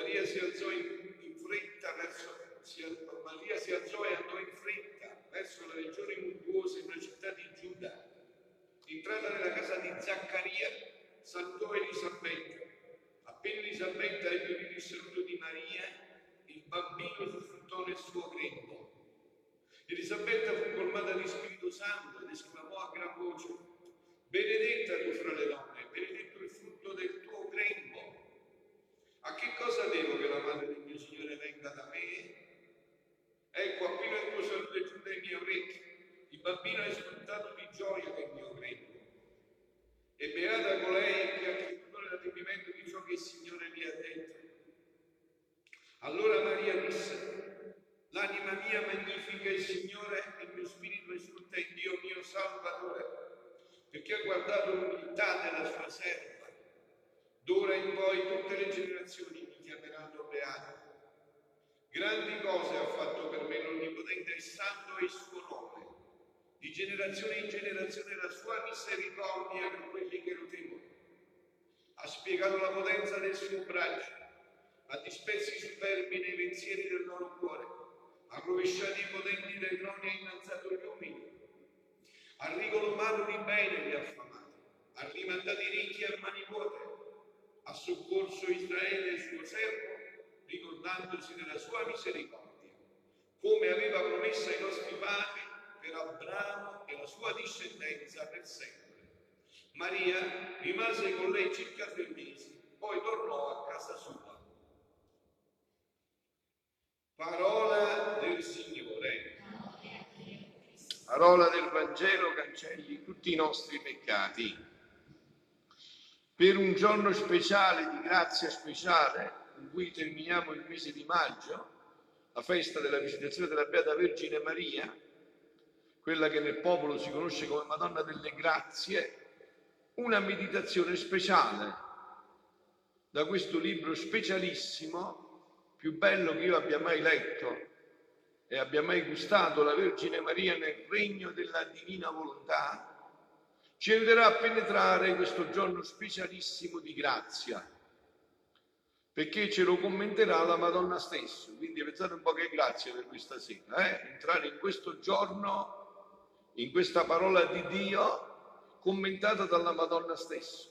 Maria si alzò e andò in fretta verso la regione montuosa in una città di Giuda. Entrata nella casa di Zaccaria, salutò Elisabetta. Appena Elisabetta ebbe udito il saluto di Maria, il bambino sussultò nel suo grembo. Elisabetta fu colmata di Spirito Santo ed esclamò a gran voce: benedetta tu fra le donne, benedetto il frutto del tuo grembo. A che cosa devo che la madre del mio Signore venga da me? Ecco, appena il tuo saluto è giunto ai miei orecchi, il bambino ha esultato di gioia nel mio grembo. E beata colei che ha creduto nell'adempimento di ciò che il Signore gli ha detto. Allora Maria disse: l'anima mia magnifica il Signore e il mio spirito esulta in Dio mio Salvatore, perché ha guardato l'umiltà della sua serva. D'ora in poi tutte le generazioni mi chiameranno beata. Grandi cose ha fatto per me l'Onnipotente e santo è il suo nome. Di generazione in generazione la sua misericordia per quelli che lo temono. Ha spiegato la potenza del suo braccio, ha disperso i superbi nei pensieri del loro cuore, ha rovesciato i potenti dai troni e ha innalzato gli umili. Ha rigolomato di bene gli affamati, ha rimandato i ricchi a mani vuote, ha soccorso Israele il suo servo, ricordandosi della sua misericordia, come aveva promesso ai nostri padri per Abramo e la sua discendenza per sempre. Maria rimase con lei circa 3 mesi, poi tornò a casa sua. Parola del Signore. Parola del Vangelo cancelli tutti i nostri peccati. Per un giorno speciale, di grazia speciale, in cui terminiamo il mese di maggio, la festa della visitazione della Beata Vergine Maria, quella che nel popolo si conosce come Madonna delle Grazie, una meditazione speciale da questo libro specialissimo, più bello che io abbia mai letto e abbia mai gustato, la Vergine Maria nel regno della divina volontà, ci aiuterà a penetrare questo giorno specialissimo di grazia, perché ce lo commenterà la Madonna stessa. Quindi pensate un po' che grazia per questa sera, entrare in questo giorno, in questa parola di Dio, commentata dalla Madonna stessa.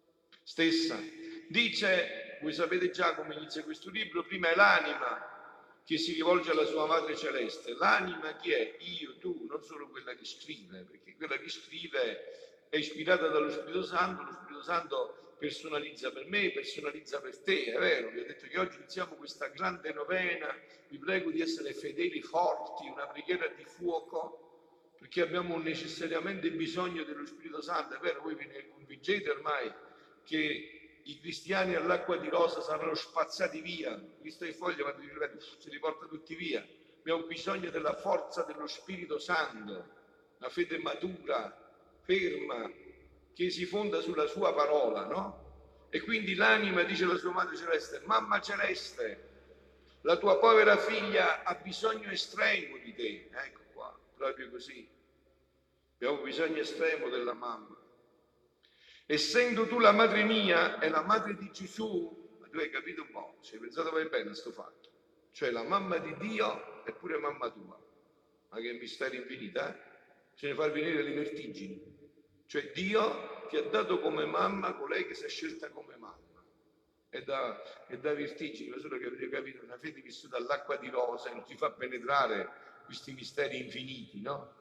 Dice, voi sapete già come inizia questo libro, prima è l'anima che si rivolge alla sua Madre Celeste. L'anima chi è? Io, tu, non solo quella che scrive, perché quella che scrive è ispirata dallo Spirito Santo, lo Spirito Santo personalizza per me, personalizza per te, è vero? Vi ho detto che oggi iniziamo questa grande novena, vi prego di essere fedeli, forti, una preghiera di fuoco, perché abbiamo necessariamente bisogno dello Spirito Santo, è vero? Voi ve ne convincete ormai che i cristiani all'acqua di rosa saranno spazzati via, visto i fogli quando li ripeto, se li porta tutti via. Abbiamo bisogno della forza dello Spirito Santo, la fede matura, ferma, che si fonda sulla sua parola, no? E quindi l'anima dice alla sua Madre Celeste: Mamma Celeste, la tua povera figlia ha bisogno estremo di te. Ecco qua, proprio così. Abbiamo bisogno estremo della mamma. Essendo tu la madre mia e la madre di Gesù, ma tu hai capito un po', ci hai pensato bene a sto fatto. Cioè la mamma di Dio è pure mamma tua. Ma che mistero infinito, eh? Ce ne fa venire le vertigini. Cioè Dio ti ha dato come mamma colei che si è scelta come mamma. E da vertigini, ma solo che avete capito, una fede vissuta all'acqua di rosa non ti fa penetrare questi misteri infiniti, no?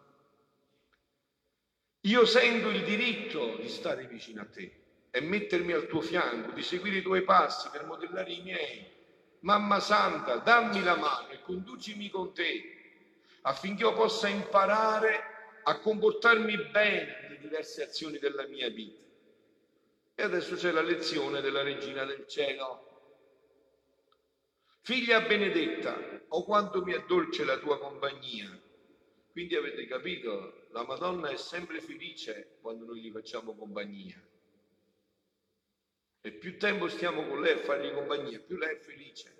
Io sento il diritto di stare vicino a te e mettermi al tuo fianco, di seguire i tuoi passi per modellare i miei. Mamma Santa, dammi la mano e conducimi con te, affinché io possa imparare a comportarmi bene nelle diverse azioni della mia vita. E adesso c'è la lezione della Regina del Cielo. Figlia benedetta, o quanto mi è dolce la tua compagnia. Quindi avete capito, la Madonna è sempre felice quando noi gli facciamo compagnia. E più tempo stiamo con lei a fargli compagnia, più lei è felice.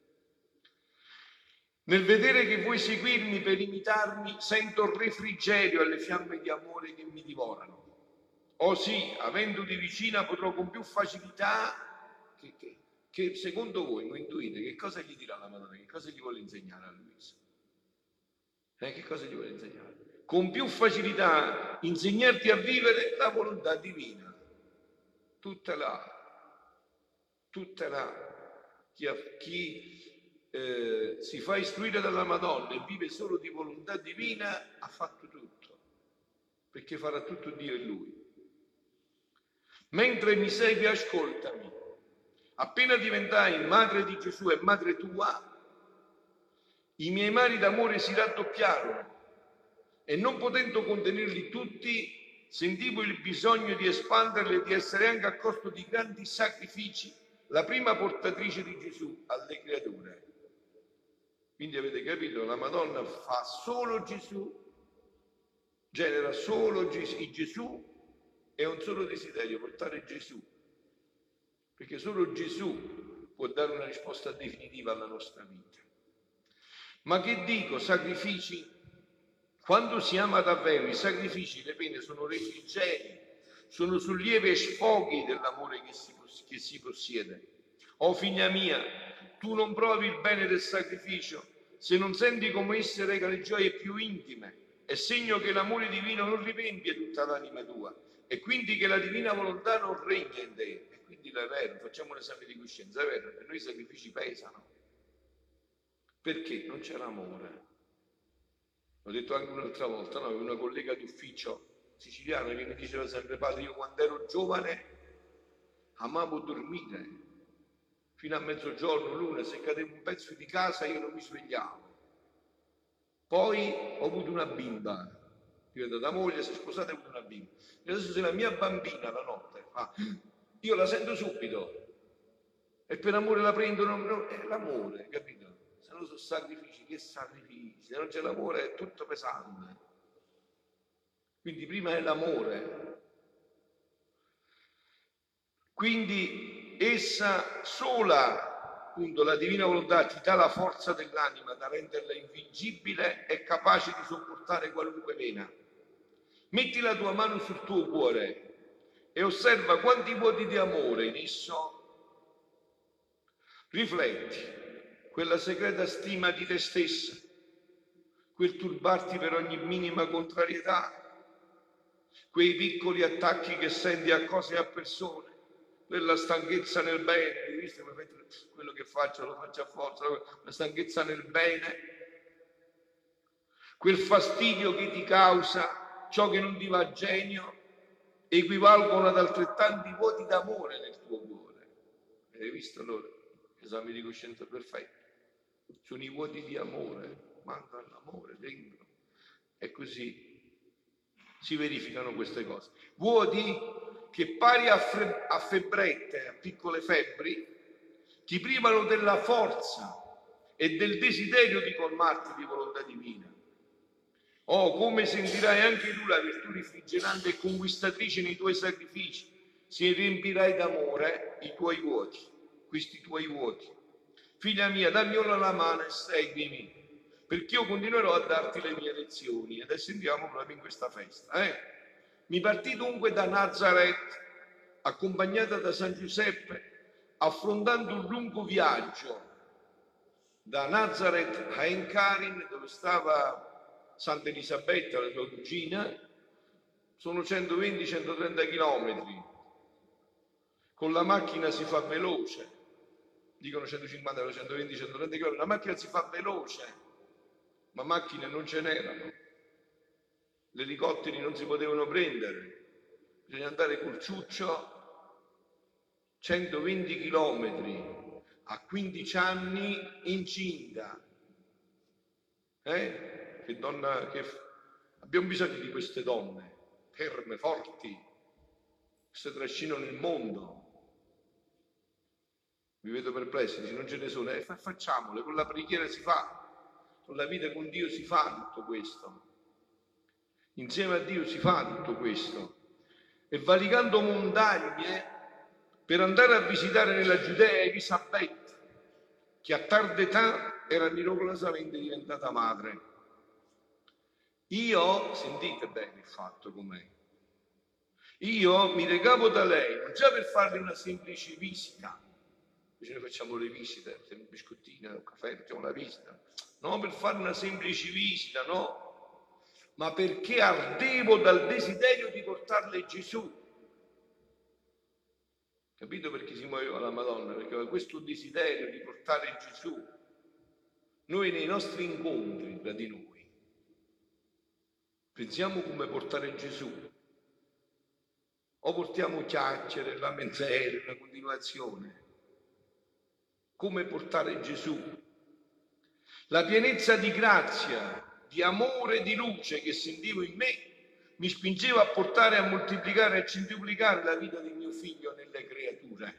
Nel vedere che vuoi seguirmi per imitarmi, sento il refrigerio alle fiamme di amore che mi divorano. Oh sì, avendoti vicina potrò con più facilità che secondo voi non intuite che cosa gli dirà la Madonna, che cosa gli vuole insegnare a Luisa? Che cosa gli vuole insegnare? Con più facilità insegnarti a vivere la volontà divina. Tutta là. Chi si fa istruire dalla Madonna e vive solo di volontà divina ha fatto tutto, perché farà tutto Dio e Lui. Mentre mi segui, ascoltami. Appena diventai madre di Gesù e madre tua, i miei mari d'amore si raddoppiarono e non potendo contenerli tutti, sentivo il bisogno di espanderli e di essere anche a costo di grandi sacrifici la prima portatrice di Gesù alle creature. Quindi avete capito, la Madonna fa solo Gesù, genera solo Gesù e un solo desiderio, portare Gesù. Perché solo Gesù può dare una risposta definitiva alla nostra vita. Ma che dico, sacrifici? Quando si ama davvero, i sacrifici, le pene sono refrigeri, sono sollievi e sfoghi dell'amore che si possiede. Oh figlia mia, tu non provi il bene del sacrificio se non senti come esse rega le gioie più intime. È segno che l'amore divino non riempie tutta l'anima tua e quindi che la divina volontà non regna in te. E quindi è vero, facciamo un esame di coscienza, è vero, per noi i sacrifici pesano. Perché? Non c'è l'amore. L'ho detto anche un'altra volta, no? Una collega d'ufficio siciliana che mi diceva sempre: padre, io quando ero giovane amavo dormire fino a mezzogiorno, l'una, se cadevo un pezzo di casa io non mi svegliavo. Poi ho avuto una bimba, diventata moglie, si è sposata e ho avuto una bimba. E adesso se la mia bambina la notte fa, io la sento subito e per amore la prendono, è l'amore, capito? Se non sono sacrifici, che sacrifici? Se non c'è l'amore è tutto pesante. Quindi prima è l'amore. Quindi essa sola, appunto, la divina volontà ti dà la forza dell'anima da renderla invincibile e capace di sopportare qualunque pena. Metti la tua mano sul tuo cuore e osserva quanti vuoti di amore in esso. Rifletti quella segreta stima di te stessa, quel turbarti per ogni minima contrarietà, quei piccoli attacchi che senti a cose e a persone, quella stanchezza nel bene, visto quello che faccio lo faccio a forza, la stanchezza nel bene, quel fastidio che ti causa ciò che non ti va a genio, equivalgono ad altrettanti vuoti d'amore nel tuo cuore. Hai visto allora? Esame di coscienza perfetto. Sono i vuoti di amore, manca l'amore dentro. E così si verificano queste cose. Vuoti che pari a febbrette, a piccole febbri, ti privano della forza e del desiderio di colmarti di volontà divina. Oh, come sentirai anche tu la virtù rifrigerante e conquistatrice nei tuoi sacrifici, se riempirai d'amore i tuoi vuoti, questi tuoi vuoti. Figlia mia, dammi ora la mano e seguimi, perché io continuerò a darti le mie lezioni. Adesso andiamo proprio in questa festa. Mi partì dunque da Nazareth, accompagnata da San Giuseppe, affrontando un lungo viaggio da Nazareth a Encarin, dove stava Santa Elisabetta, la sua cugina. Sono 120-130 chilometri. Con la macchina si fa veloce, dicono 150, 120-130 km, la macchina si fa veloce, ma macchine non ce n'erano, gli elicotteri non si potevano prendere, bisogna andare col ciuccio 120 km a 15 anni incinta. Che donna, abbiamo bisogno di queste donne ferme, forti, che si trascinano il mondo. Vi vedo perplessi, dice non ce ne sono, facciamole, con la preghiera si fa, con la vita con Dio si fa tutto questo, insieme a Dio si fa tutto questo, e valicando montagne per andare a visitare nella Giudea Elisabetta, che a tarda età era miracolosamente diventata madre. Io, sentite bene il fatto com'è, io mi recavo da lei non già per farle una semplice visita, Invece noi facciamo le visite, un biscottino, un caffè, facciamo la visita. Non per fare una semplice visita, no, ma perché ardevo dal desiderio di portarle Gesù. Capito perché si muoveva la Madonna? Perché aveva questo desiderio di portare Gesù. Noi nei nostri incontri tra di noi pensiamo come portare Gesù. O portiamo chiacchiere, lamentele, una continuazione. Come portare Gesù? La pienezza di grazia, di amore e di luce che sentivo in me mi spingeva a portare, a moltiplicare e a centuplicare la vita di mio figlio nelle creature.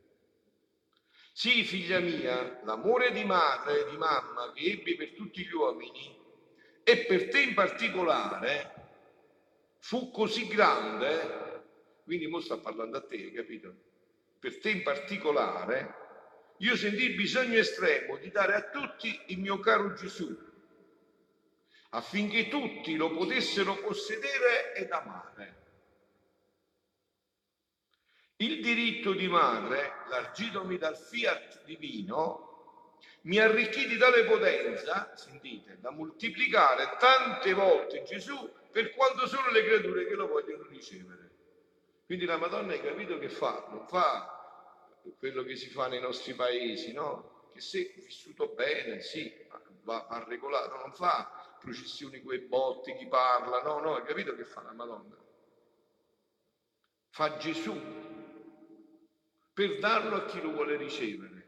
Sì, figlia mia, l'amore di madre e di mamma che ebbi per tutti gli uomini e per te in particolare fu così grande. Quindi mo sta parlando a te, capito? Per te in particolare, io sentii il bisogno estremo di dare a tutti il mio caro Gesù, affinché tutti lo potessero possedere ed amare. Il diritto di madre, largitomi dal fiat divino, mi arricchì di tale potenza, sentite, da moltiplicare tante volte Gesù per quanto sono le creature che lo vogliono ricevere. Quindi la Madonna, hai capito che fa? Non fa quello che si fa nei nostri paesi, no? Che se vissuto bene, sì, va regolato, non fa processioni coi botti, chi parla, no, hai capito che fa la Madonna? Fa Gesù per darlo a chi lo vuole ricevere.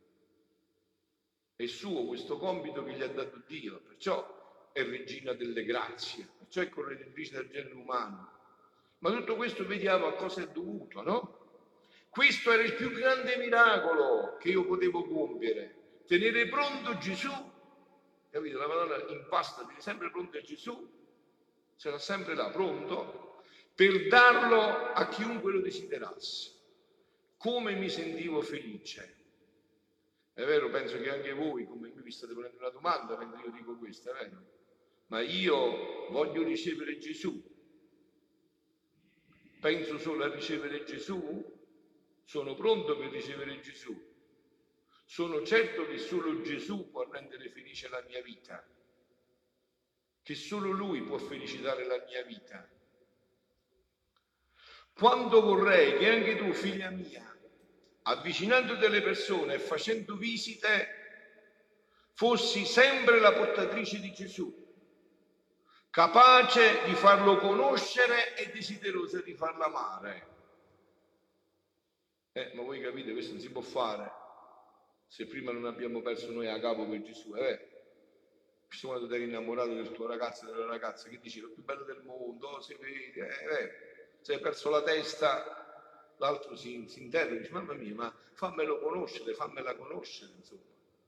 È suo questo compito che gli ha dato Dio, perciò è regina delle grazie, perciò è correttrice del genere umano. Ma tutto questo vediamo a cosa è dovuto, no? Questo era il più grande miracolo che io potevo compiere, tenere pronto Gesù, capito? La Madonna impasta, tiene sempre pronto Gesù, sarà sempre là pronto, per darlo a chiunque lo desiderasse. Come mi sentivo felice. È vero, penso che anche voi, come mi state ponendo una domanda mentre io dico questo, è vero? Ma io voglio ricevere Gesù. Penso solo a ricevere Gesù? Sono pronto per ricevere Gesù. Sono certo che solo Gesù può rendere felice la mia vita, che solo Lui può felicitare la mia vita. Quanto vorrei che anche tu, figlia mia, avvicinandoti alle persone e facendo visite, fossi sempre la portatrice di Gesù, capace di farlo conoscere e desiderosa di farlo amare. Ma voi capite, questo non si può fare se prima non abbiamo perso noi a capo per Gesù, Quando ti eri innamorato del tuo ragazzo e della ragazza, che dici, lo più bello del mondo, si vede, se hai perso la testa, l'altro si interroga, dice, mamma mia, ma fammela conoscere, insomma.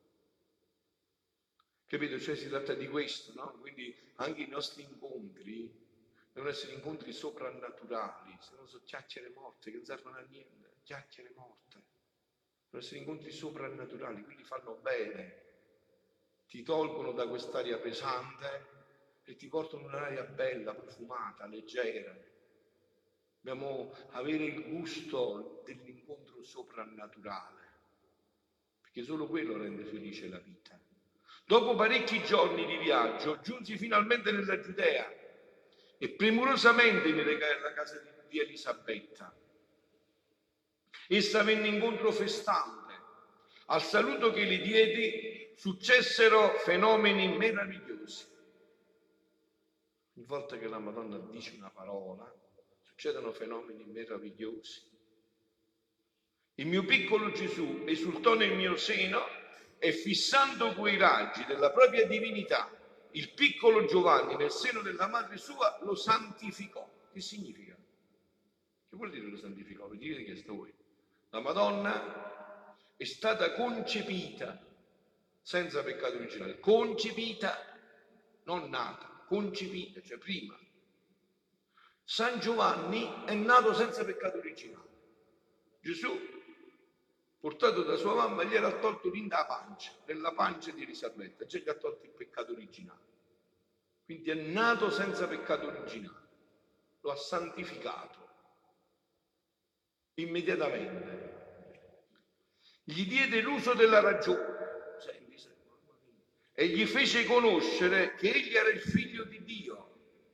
Capito? Cioè si tratta di questo, no? Quindi anche i nostri incontri devono essere incontri soprannaturali, se no sono chiacchiere morte che non servono a niente, chiacchiere morte. Devono essere incontri soprannaturali, quindi fanno bene, ti tolgono da quest'aria pesante e ti portano in un'aria bella, profumata, leggera. Dobbiamo avere il gusto dell'incontro soprannaturale, perché solo quello rende felice la vita. Dopo parecchi giorni di viaggio giunsi finalmente nella Giudea e premurosamente mi recai alla casa di Elisabetta. Essa venne incontro festante. Al saluto che le diedi successero fenomeni meravigliosi. Ogni volta che la Madonna dice una parola, succedono fenomeni meravigliosi. Il mio piccolo Gesù esultò nel mio seno e fissando quei raggi della propria divinità, il piccolo Giovanni nel seno della madre sua lo santificò. Che significa? Che vuol dire lo santificò? Vi dite che sto voi. La Madonna è stata concepita senza peccato originale. Concepita, non nata, concepita, cioè prima. San Giovanni è nato senza peccato originale. Gesù, portato da sua mamma, gli era tolto nella pancia di Elisabetta, cioè gli ha tolto il peccato originale. Quindi è nato senza peccato originale, lo ha santificato immediatamente. gli diede l'uso della ragione, senti, e gli fece conoscere che egli era il figlio di Dio.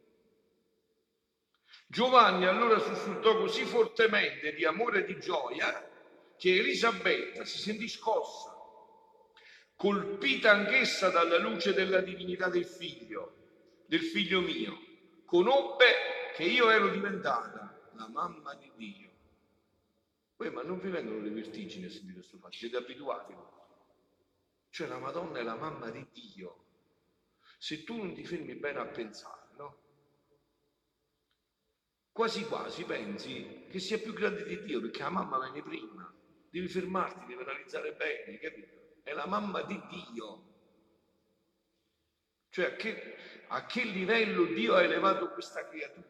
Giovanni allora sussultò così fortemente di amore e di gioia che Elisabetta si sentì scossa, colpita anch'essa dalla luce della divinità del figlio mio. Conobbe che io ero diventata la mamma di Dio. Poi, ma non vi vengono le vertigini a sentire questo fatto? Siete abituati? Cioè la Madonna è la mamma di Dio. Se tu non ti fermi bene a pensare, no? Quasi quasi pensi che sia più grande di Dio, perché la mamma viene prima. Devi fermarti, devi analizzare bene, capito? È la mamma di Dio. Cioè a che livello Dio ha elevato questa creatura?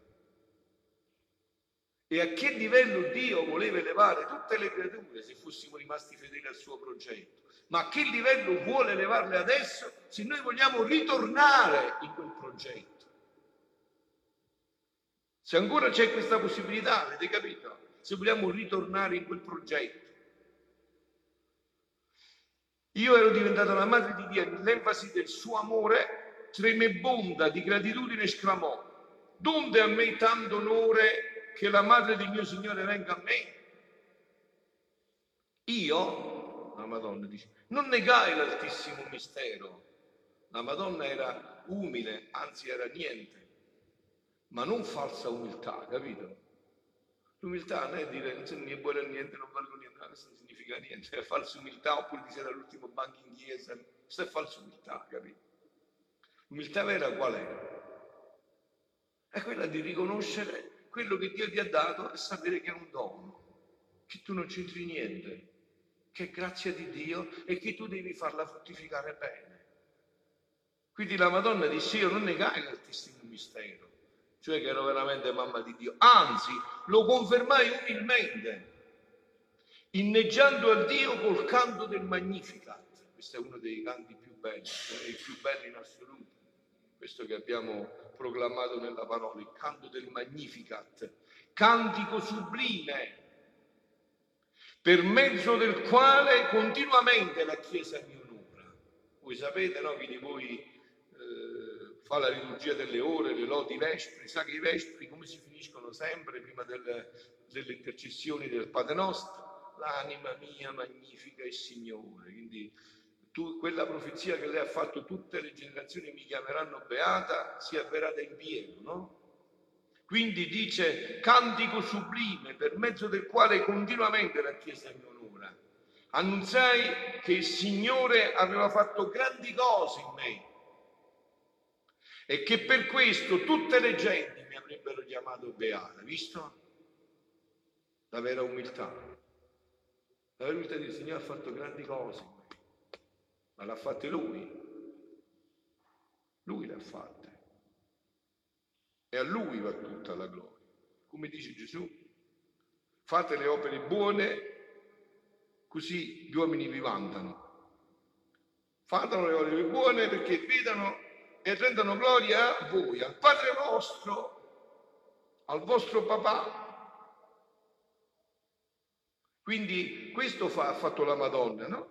E a che livello Dio voleva elevare tutte le creature se fossimo rimasti fedeli al suo progetto? Ma a che livello vuole elevarle adesso se noi vogliamo ritornare in quel progetto? Se ancora c'è questa possibilità, avete capito? Se vogliamo ritornare in quel progetto. Io ero diventata la madre di Dio, nell'enfasi del suo amore, tremebonda di gratitudine esclamò: donde a me tanto onore che la madre del mio Signore venga a me? Io, la Madonna dice, non negai l'altissimo mistero. La Madonna era umile, anzi era niente, ma non falsa umiltà, capito? L'umiltà non è dire non sono né buono a niente, non valgo niente, questo non significa niente, è falsa umiltà, oppure ti siete all'ultimo banco in chiesa, questa è falsa umiltà, capito? L'umiltà vera qual è? È quella di riconoscere quello che Dio ti ha dato e sapere che è un dono, che tu non c'entri niente, che è grazia di Dio e che tu devi farla fruttificare bene. Quindi la Madonna disse: io non negai l'altissimo mistero, cioè che ero veramente mamma di Dio, anzi lo confermai umilmente, inneggiando a Dio col canto del Magnificat. Questo è uno dei canti più belli, il più bello in assoluto, questo che abbiamo proclamato nella parola, il canto del Magnificat, cantico sublime, per mezzo del quale continuamente la Chiesa mi onora. Voi sapete, no? Chi di voi fa la liturgia delle ore, le lodi vespri, sa che i vespri come si finiscono sempre prima delle intercessioni del Padre Nostro? L'anima mia magnifica il Signore. Quindi quella profezia che lei ha fatto, tutte le generazioni mi chiameranno beata, si è avverata in pieno, no? Quindi dice cantico sublime per mezzo del quale continuamente la Chiesa mi onora. Annunziai che il Signore aveva fatto grandi cose in me e che per questo tutte le genti mi avrebbero chiamato beata. Visto? La vera umiltà. La vera umiltà del Signore ha fatto grandi cose in me, ma l'ha fatte Lui. Lui le ha fatte. E a Lui va tutta la gloria. Come dice Gesù, fate le opere buone così gli uomini vi vantano. Fatelo le opere buone perché vedano e rendano gloria a voi, al Padre vostro, al vostro papà. Quindi questo ha fatto la Madonna, no?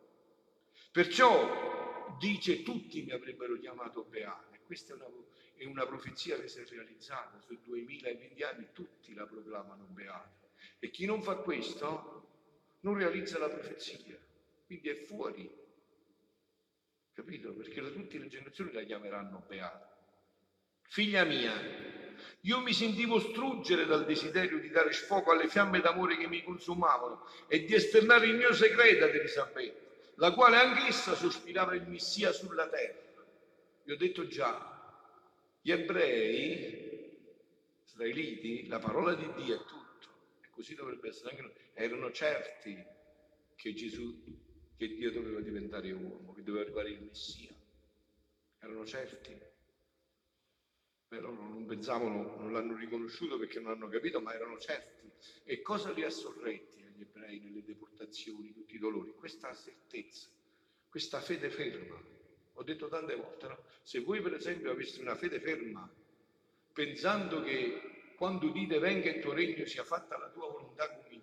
Perciò dice tutti mi avrebbero chiamato beata. Questa è una profezia che si è realizzata su 2020 anni, tutti la proclamano beata. E chi non fa questo non realizza la profezia, quindi è fuori, capito? Perché tutte le generazioni la chiameranno beata. Figlia mia, io mi sentivo struggere dal desiderio di dare sfogo alle fiamme d'amore che mi consumavano e di esternare il mio segreto ad Elisabetta, la quale anch'essa sospirava il Messia sulla terra. Vi ho detto già, gli ebrei, israeliti, la parola di Dio è tutto. Così dovrebbe essere anche noi. Erano certi che Dio doveva diventare uomo, che doveva arrivare il Messia. Erano certi. Però non pensavano, non l'hanno riconosciuto perché non hanno capito, ma erano certi. E cosa li ha sorretti agli ebrei nelle deportazioni, tutti i dolori? Questa certezza, questa fede ferma. Ho detto tante volte, no? Se voi per esempio aveste una fede ferma, pensando che quando dite venga il tuo regno sia fatta la tua volontà come in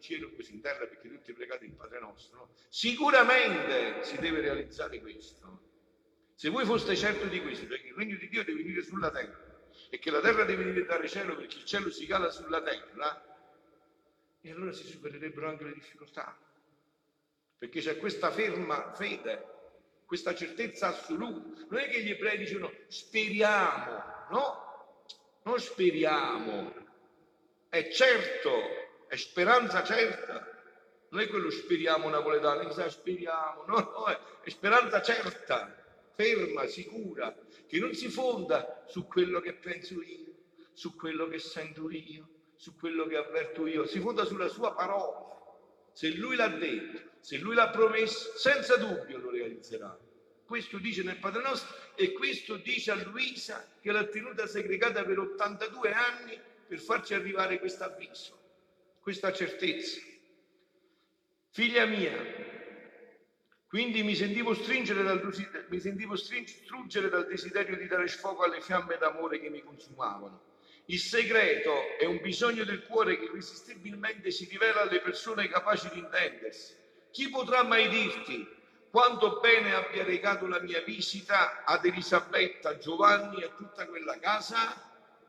cielo così in terra, perché tutti pregate il Padre nostro, no? Sicuramente si deve realizzare questo. Se voi foste certi di questo, cioè che il regno di Dio deve venire sulla terra e che la terra deve diventare cielo perché il cielo si cala sulla terra, e allora si supererebbero anche le difficoltà, perché c'è questa ferma fede, questa certezza assoluta. Non è che gli ebrei dicono speriamo, no, non speriamo, è certo, è speranza certa. Non è quello speriamo napoletano, chissà speriamo, no, è speranza certa, ferma, sicura, che non si fonda su quello che penso io, su quello che sento io, su quello che avverto io, si fonda sulla sua parola. Se lui l'ha detto, se lui l'ha promesso, senza dubbio lo realizzerà. Questo dice nel Padre Nostro e questo dice a Luisa, che l'ha tenuta segregata per 82 anni per farci arrivare questo avviso, questa certezza. Figlia mia, quindi mi sentivo struggere dal desiderio di dare sfogo alle fiamme d'amore che mi consumavano. Il segreto è un bisogno del cuore che irresistibilmente si rivela alle persone capaci di intendersi. Chi potrà mai dirti quanto bene abbia recato la mia visita ad Elisabetta, a Giovanni e a tutta quella casa?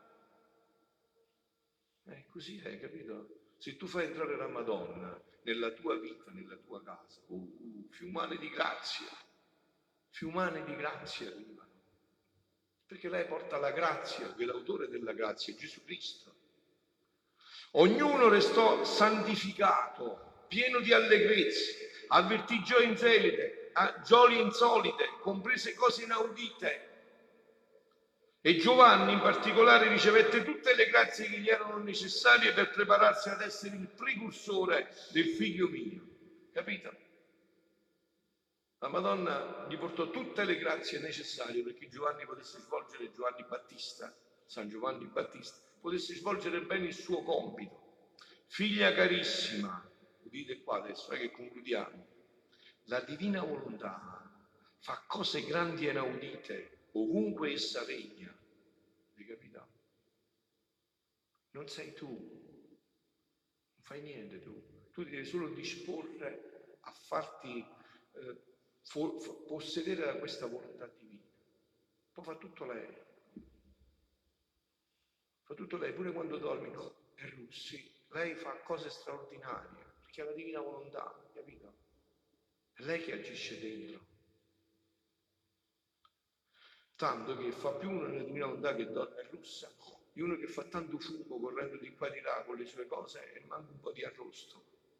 Così è, capito? Se tu fai entrare la Madonna nella tua vita, nella tua casa, fiumane di grazia arrivano. Perché lei porta la grazia, che l'autore della grazia è Gesù Cristo. Ognuno restò santificato, pieno di allegrezze, avvertì gioie insolite, comprese cose inaudite. E Giovanni in particolare ricevette tutte le grazie che gli erano necessarie per prepararsi ad essere il precursore del figlio mio. Capito? La Madonna gli portò tutte le grazie necessarie perché Giovanni potesse svolgere, San Giovanni Battista, potesse svolgere bene il suo compito. Figlia carissima, udite qua adesso, che concludiamo. La divina volontà fa cose grandi e inaudite ovunque essa regna. Hai capito? Non sei tu, non fai niente tu devi solo disporre a farti possedere da questa volontà divina. Poi fa tutto lei, pure quando dormi, è russi, lei fa cose straordinarie, perché è la divina volontà, capito? È lei che agisce dentro. Tanto che fa più uno nella divina volontà che dorme è russa, di uno che fa tanto fumo correndo di qua e di là con le sue cose e manca un po' di arrosto.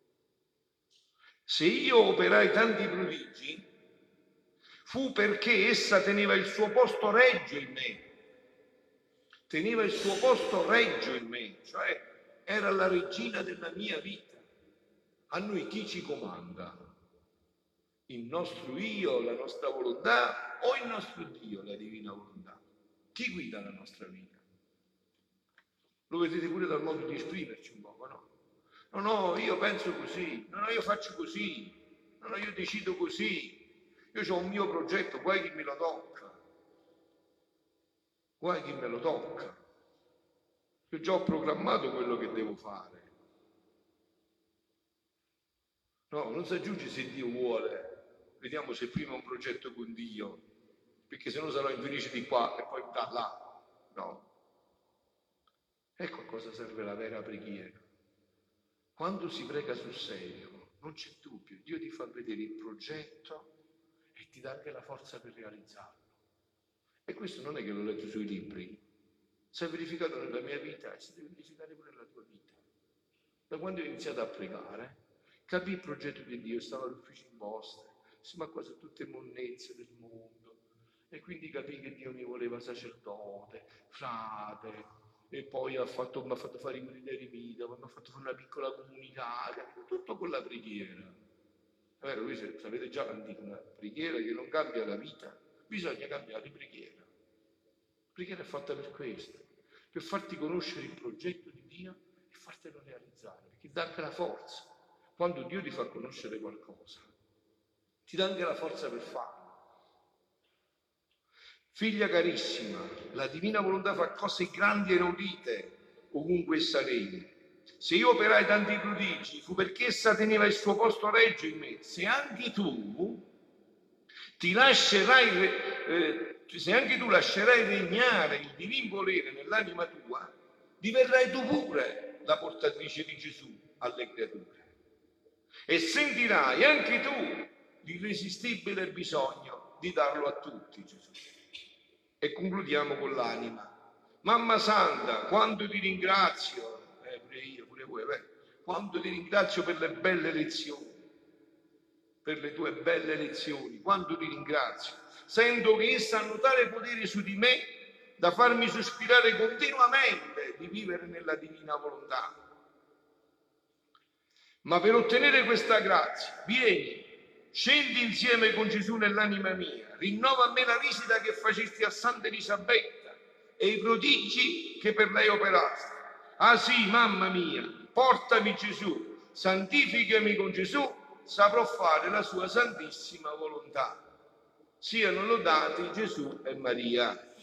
Se io operai tanti prodigi, fu perché essa teneva il suo posto regio in me. Teneva il suo posto regio in me, cioè era la regina della mia vita. A noi chi ci comanda? Il nostro io, la nostra volontà o il nostro Dio, la divina volontà? Chi guida la nostra vita? Lo vedete pure dal modo di esprimerci un po', no? No, io penso così, no, io faccio così, no, io decido così, io ho un mio progetto, guai chi me lo tocca. Io già ho programmato quello che devo fare. No, non si aggiunge se Dio vuole, vediamo se prima un progetto con Dio, perché se no sarò infelice di qua e poi da là. No. Ecco a cosa serve la vera preghiera. Quando si prega sul serio, non c'è dubbio, Dio ti fa vedere il progetto e ti dà anche la forza per realizzarlo. E questo non è che l'ho letto sui libri, si è verificato nella mia vita e si deve verificare pure nella tua vita. Da quando ho iniziato a pregare, capì il progetto di Dio, stavo all'ufficio imposte, ma qua sono tutte monnezze del mondo. E quindi capì che Dio mi voleva sacerdote, frate, e poi mi ha fatto fare i militari vita, poi mi ha fatto fare una piccola comunità, tutto con la preghiera. Voi sapete già l'antica preghiera che non cambia la vita, bisogna cambiare preghiera. La preghiera è fatta per questo, per farti conoscere il progetto di Dio e fartelo realizzare, perché dà anche la forza. Quando Dio ti fa conoscere qualcosa, ti dà anche la forza per farlo. Figlia carissima, la divina volontà fa cose grandi e inaudite ovunque essa regni. Se io operai tanti prodigi, fu perché essa teneva il suo posto regio in me. Se anche tu lascerai regnare il divin volere nell'anima tua, diverrai tu pure la portatrice di Gesù alle creature. E sentirai anche tu l'irresistibile bisogno di darlo a tutti, Gesù. E concludiamo con l'anima. Mamma Santa, quanto ti ringrazio, pure io, pure voi, quanto ti ringrazio per le belle lezioni, per le tue belle lezioni, quanto ti ringrazio. Sento che esse hanno tale potere su di me da farmi sospirare continuamente di vivere nella divina volontà. Ma per ottenere questa grazia, vieni, scendi insieme con Gesù nell'anima mia, rinnova a me la visita che facesti a Santa Elisabetta e i prodigi che per lei operasti. Ah sì, mamma mia, portami Gesù, santificami con Gesù, saprò fare la sua santissima volontà. Siano lodati Gesù e Maria.